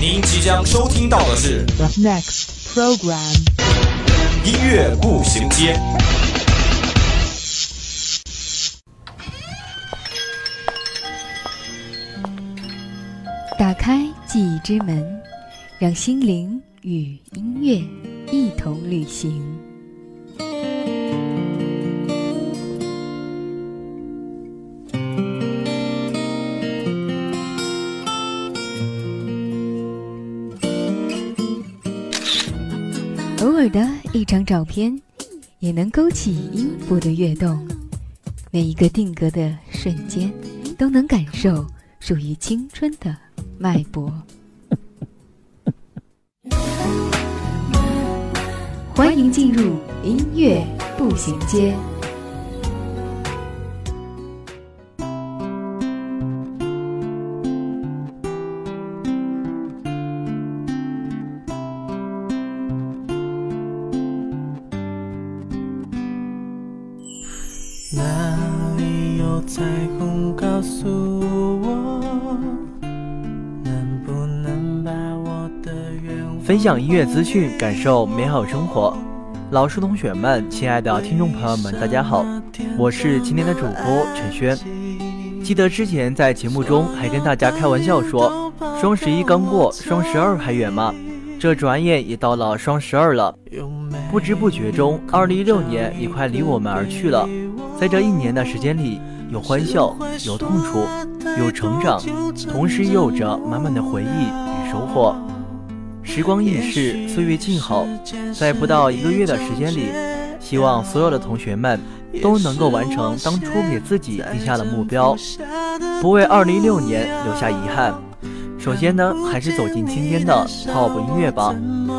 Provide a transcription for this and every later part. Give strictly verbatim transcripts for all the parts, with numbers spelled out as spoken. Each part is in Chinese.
您即将收听到的是 The next program 音乐步行街。 打开记忆之门，让心灵与音乐一同旅行。偶尔的一张照片，也能勾起音符的跃动。每一个定格的瞬间，都能感受属于青春的脉搏。欢迎进入音乐步行街。 哪里有彩虹告诉我，能不能把我的愿望分享音乐资讯，感受美好生活。老师同学们，亲爱的听众朋友们，大家好，我是今天的主播陈轩。记得之前在节目中还跟大家开玩笑说，双十一刚过，双十二还远吗？这转眼也到了双十二了，不知不觉中二零一六年也快离我们而去了。在这一年的时间里，有欢笑，有痛楚，有成长，同时也有着满满的回忆与收获。时光易逝，岁月静好，在不到一个月的时间里，希望所有的同学们都能够完成当初给自己定下的目标，不为二零一六年留下遗憾。首先呢，还是走进今天的 Top 音乐吧。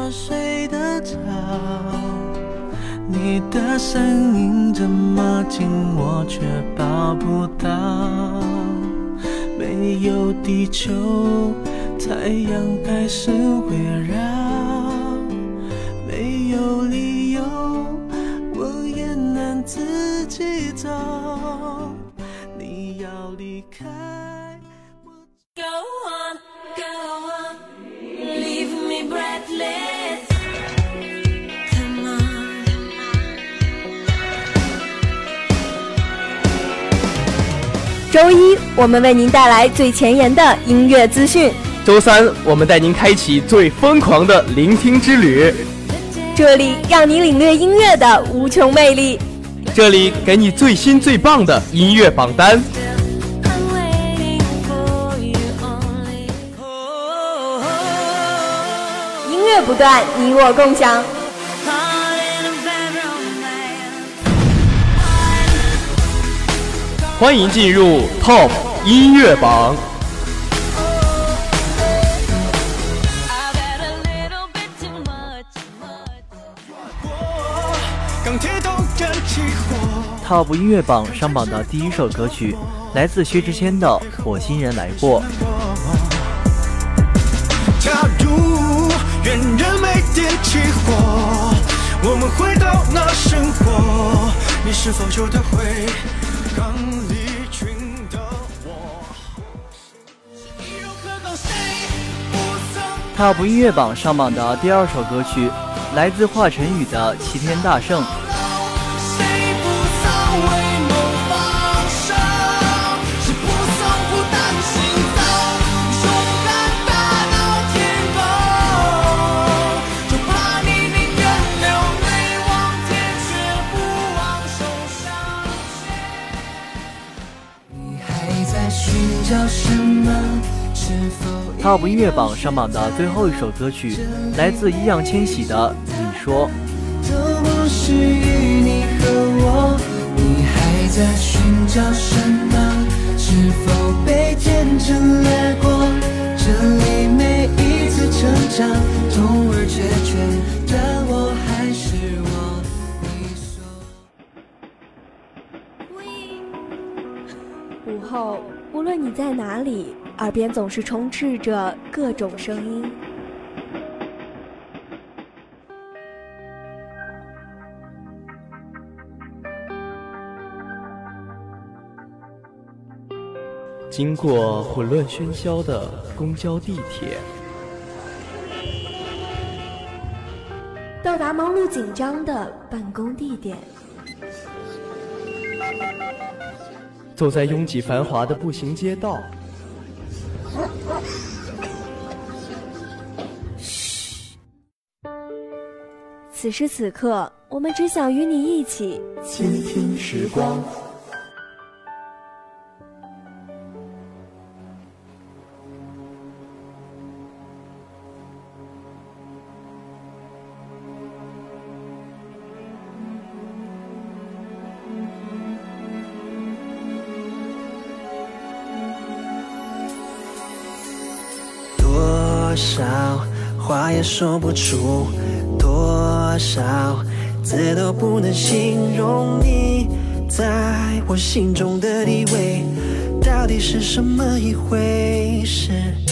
你的声音这么近，我却抱不到。没有地球，太阳还是围绕。没有理由，我也能自己走。你要离开我 Go on, go on, leave me breathless。 周一，我们为您带来最前沿的音乐资讯； 周三，我们带您开启最疯狂的聆听之旅。 这里让你领略音乐的无穷魅力， 这里给你最新最棒的音乐榜单。 音乐不断，你我共享。 欢迎进入 Top 音乐榜。 Top 音乐榜上榜的第一首歌曲，来自薛之谦的《火星人来过》。 假如愿人没点起火，我们回到那生活，你是否就得会刚离群的我。 Top 音乐榜上榜的第二首歌曲，来自华晨宇的《齐天大圣》。Top 音乐榜上榜的最后一首歌曲，来自易烊千玺的《你说》。 都不是你和我，你还在寻找什么？是否被天真掠过？这里每一次成长，痛而决绝的我还是我。你说，午后，无论你在哪里，耳边总是充斥着各种声音。 经过混乱喧嚣的公交地铁， 达忙碌紧张的办公地点。 走在拥挤繁华的步行街道。 此时此刻，我们只想与你一起倾听时光。 多少话也说不出，多少字都不能形容你在我心中的地位，到底是什么一回事？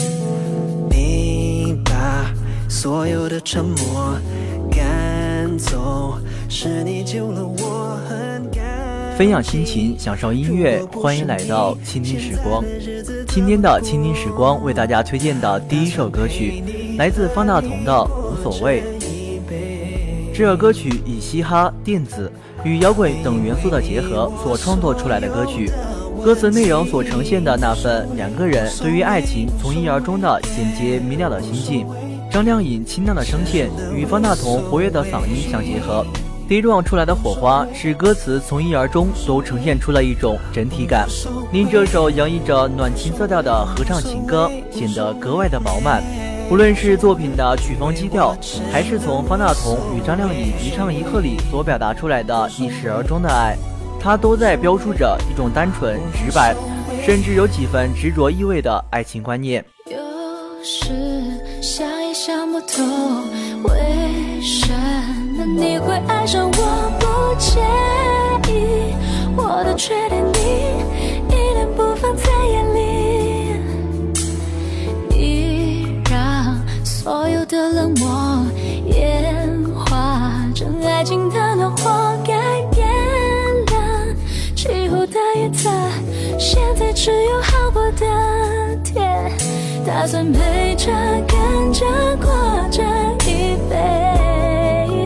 你把所有的沉默赶走，是你救了我很感。 分享心情，享受音乐，欢迎来到倾听时光。今天的倾听时光为大家推荐的第一首歌曲来自方大同的《无所谓》。这首歌曲以嘻哈、电子与摇滚等元素的结合所创作出来的歌曲，歌词内容所呈现的那份两个人对于爱情从一而终的简洁明了的心境，张靓颖清亮的声线与方大同活跃的嗓音相结合，跌撞出来的火花使歌词从一而终都呈现出了一种整体感，令这首洋溢着暖情色调的合唱情歌显得格外的饱满。无论是作品的曲风基调，还是从方大同与张靓颖一唱一和里所表达出来的一时而终的爱，它都在标出着一种单纯直白，甚至有几分执着意味的爱情观念。 有时想也想不通，为什么你会爱上我，不介意我的缺点，你一点不放在眼里，你让所有的冷漠演化成爱情的暖和，改变了气候的叶子，现在只有好过的甜，打算陪着跟着过这一杯，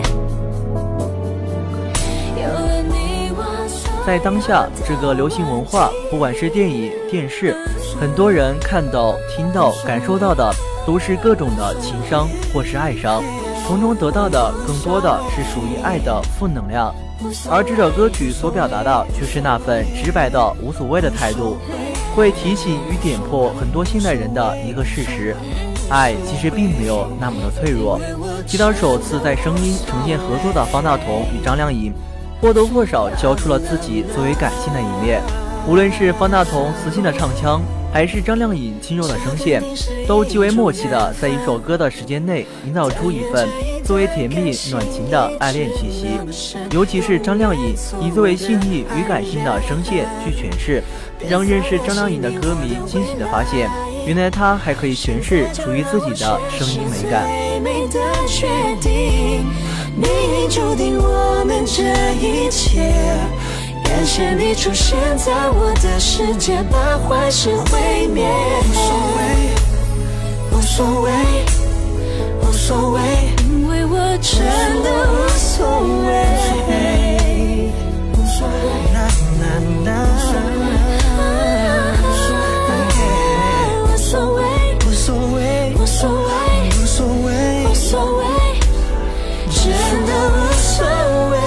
有了你我所在当下这个流行文化，不管是电影、电视，很多人看到、听到、感受到的都是各种的情伤或是爱伤，从中得到的更多的是属于爱的负能量，而这首歌曲所表达的却是那份直白的无所谓的态度，会提醒与点破很多现代人的一个事实：爱其实并没有那么的脆弱。提到首次在声音呈现合作的方大同与张靓颖，或多或少交出了自己最为感性的一面。无论是方大同磁性的唱腔，还是张靓颖轻柔的声线，都极为默契的在一首歌的时间内营造出一份最为甜蜜暖情的爱恋气息。尤其是张靓颖以最为细腻与感性的声线去诠释，让认识张靓颖的歌迷惊喜地发现，原来她还可以诠释属于自己的声音美感。 你注定我们这一切，感谢你出现在我的世界，把坏事毁灭。无所谓，无所谓，无所谓， 因为我真的无所谓， 无所谓，啦啦啦，无所谓，无所谓，无所谓，无所谓，无所谓，真的无所谓。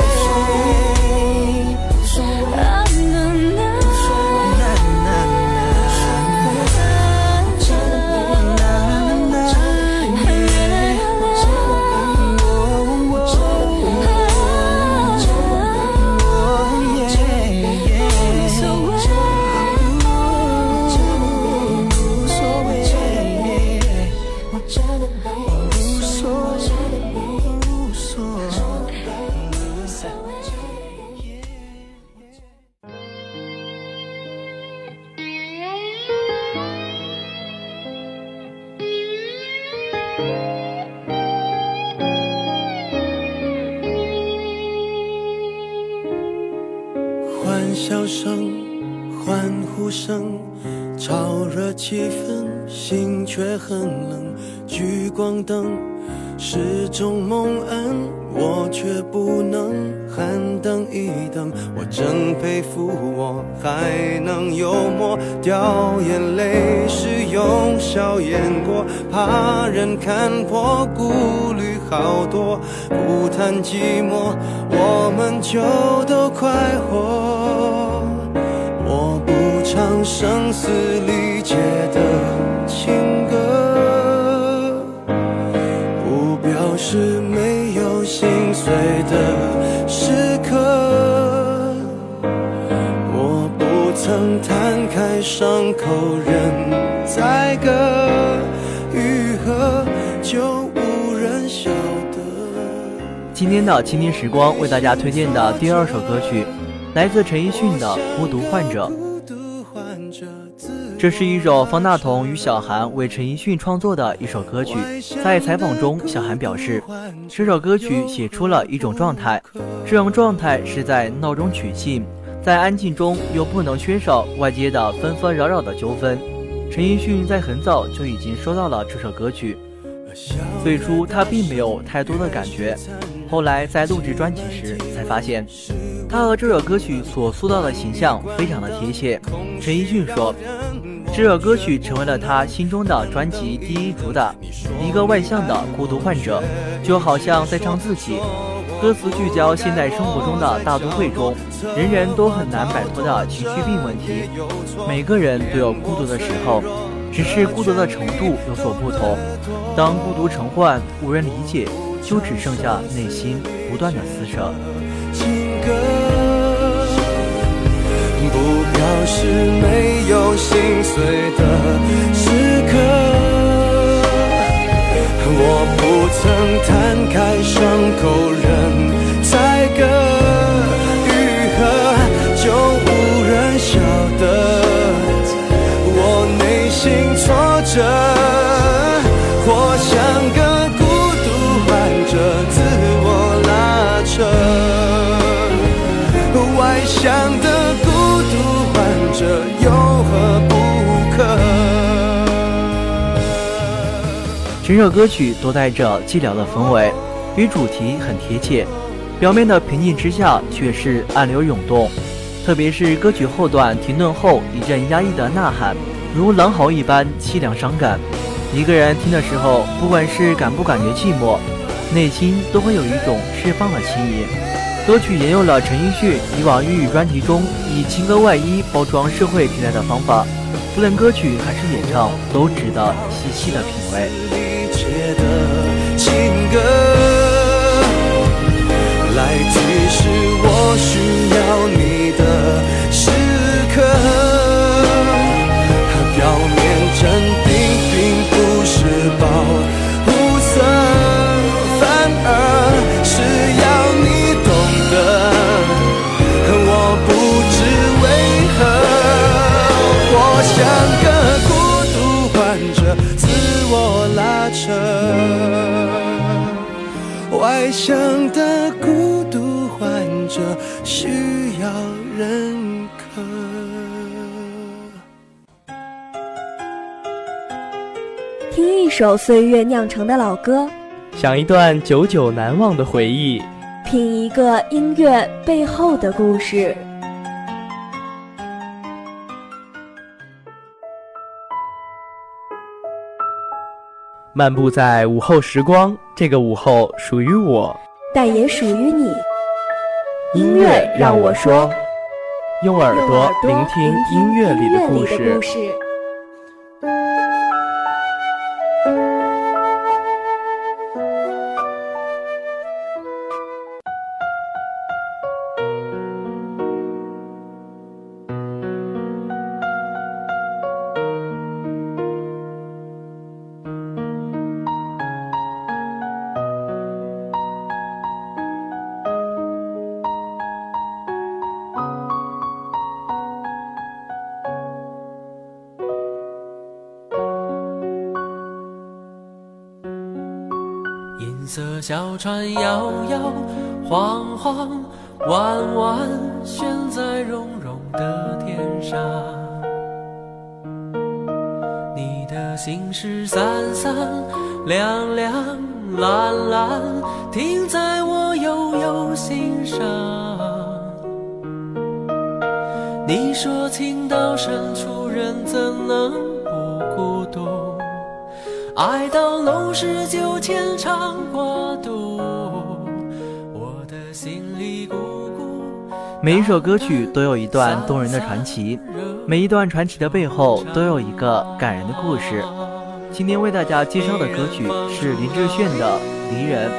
欢笑声，欢呼声，炒热气氛，心却很冷。聚光灯是种蒙恩，我却不能喊等一等。我真佩服我还能幽默，掉眼泪是用笑掩过，怕人看破，顾虑好多，不谈寂寞，我们就都快活。我不唱声嘶力竭的情歌，不表示没有心碎的时刻，我不曾摊开伤口任宰割，愈合就无人晓得。 今天的倾听时光为大家推荐的第二首歌曲来自陈奕迅的《孤独患者》。这是一首方大同与小韩为陈奕迅创作的一首歌曲。在采访中，小韩表示，这首歌曲写出了一种状态，这种状态是在闹中取静，在安静中又不能缺少外界的纷纷扰扰的纠纷。陈奕迅在很早就已经收到了这首歌曲，最初他并没有太多的感觉，后来在录制专辑时才发现他和这首歌曲所塑造的形象非常的贴切。陈奕迅说，这首歌曲成为了他心中的专辑第一主打，一个外向的孤独患者，就好像在唱自己。歌词聚焦现代生活中的大都会中人人都很难摆脱的情绪病问题，每个人都有孤独的时候，只是孤独的程度有所不同。当孤独成患，无人理解，就只剩下内心不断的撕扯。 情歌不表示没有心碎的时刻，我不曾摊开伤口任宰割，愈合就无人晓得我内心挫折，或像个孤独患者自我拉扯，外向的孤独患者有何不可。 整首歌曲都带着寂寥的氛围，与主题很贴切，表面的平静之下却是暗流涌动。特别是歌曲后段停顿后一阵压抑的呐喊，如狼嚎一般凄凉伤感。一个人听的时候，不管是感不感觉寂寞，内心都会有一种释放的轻盈。歌曲沿用了陈奕迅以往粤语专辑中以情歌外衣包装社会题材的方法，不论歌曲还是演唱，都值得细细的品味。 情歌来提示我需要你的时刻，表面镇定并不是保护色，反而是要你懂得我不知为何，我像个孤独患者自我拉扯，外向的孤独患者需要认可。 听一首岁月酿成的老歌， 想一段久久难忘的回忆， 品一个音乐背后的故事。 漫步在午后时光，这个午后属于我， 但也属于你。音乐让我说， 用耳朵聆听音乐里的故事。 银色小船摇摇晃晃，弯弯悬在绒绒的天上。你的心事散散凉凉， 蓝蓝停在我悠悠心上。你说情到深处人怎能不孤独，爱到浓时就牵肠挂肚，我的心里孤孤。 每一首歌曲都有一段动人的传奇，每一段传奇的背后都有一个感人的故事。今天为大家介绍的歌曲是林志炫的《离人》。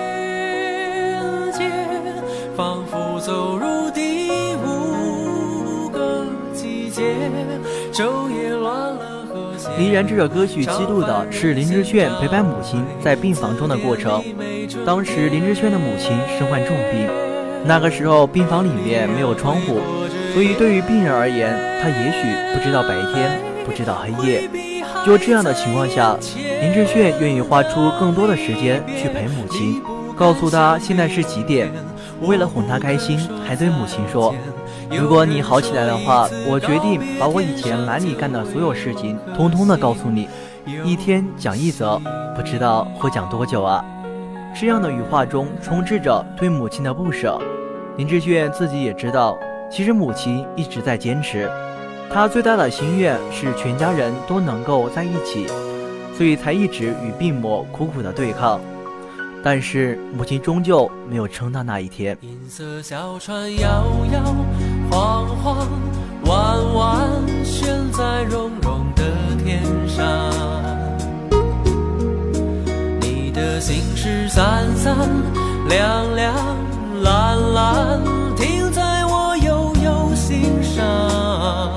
仿佛走入第五个季节，昼夜乱了和谐。 离人这首歌曲记录的是林志炫陪伴母亲在病房中的过程。当时林志炫的母亲身患重病，那个时候病房里面没有窗户，所以对于病人而言，他也许不知道白天，不知道黑夜。就这样的情况下，林志炫愿意花出更多的时间去陪母亲，告诉她现在是几点。为了哄她开心，还对母亲说，如果你好起来的话，我决定把我以前瞒你干的所有事情通通的告诉你，一天讲一则，不知道会讲多久啊。这样的语话中充斥着对母亲的不舍。林志炫自己也知道，其实母亲一直在坚持，他最大的心愿是全家人都能够在一起，所以才一直与病魔苦苦的对抗。但是母亲终究没有撑到那一天。 银色小船摇摇晃晃，弯弯悬在绒绒的天上，你的心事闪闪亮亮蓝蓝停在我悠悠心上。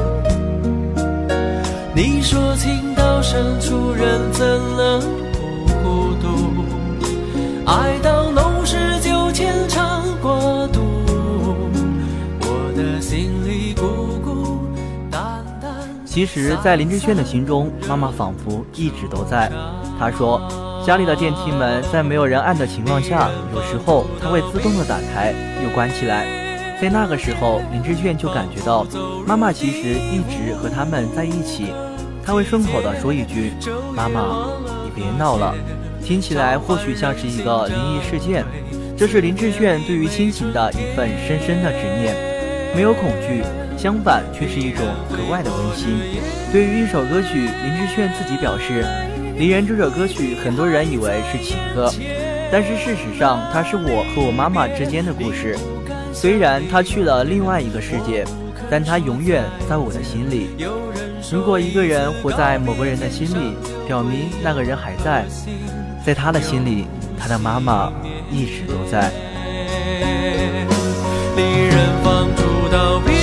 你说情到深处人怎能不孤独，爱到浓时就牵肠挂肚，我的心里孤孤单单。 其实在林志炫的心中，妈妈仿佛一直都在。他说家里的电梯门在没有人按的情况下，有时候它会自动的打开又关起来。在那个时候，林志炫就感觉到妈妈其实一直和他们在一起。他会顺口的说一句，妈妈你别闹了，听起来或许像是一个灵异事件。这是林志炫对于亲情的一份深深的执念，没有恐惧，相反却是一种格外的温馨。对于一首歌曲，林志炫自己表示，《离人》这首歌曲很多人以为是情歌，但是事实上它是我和我妈妈之间的故事。虽然她去了另外一个世界，但她永远在我的心里。如果一个人活在某个人的心里，表明那个人还在，在他的心里，他的妈妈一直都在。 离人放逐到边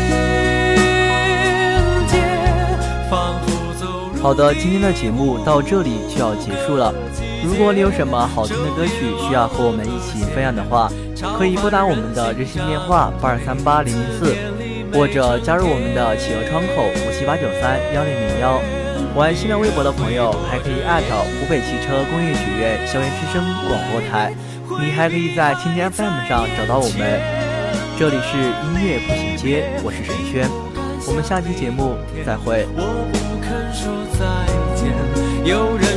界，仿佛走入。 好的，今天的节目到这里就要结束了。如果你有什么好听的歌曲需要和我们一起分享的话，可以拨打我们的热线电话八二三八零零四，或者加入我们的企鹅窗口五七八九三幺零零幺。玩新浪微博的朋友还可以艾特湖北汽车工业学院校园之声广播台，你还可以在蜻蜓 F M 上找到我们。这里是音乐步行街，我是沈轩，我们下期节目再会。 我不肯说再见，有人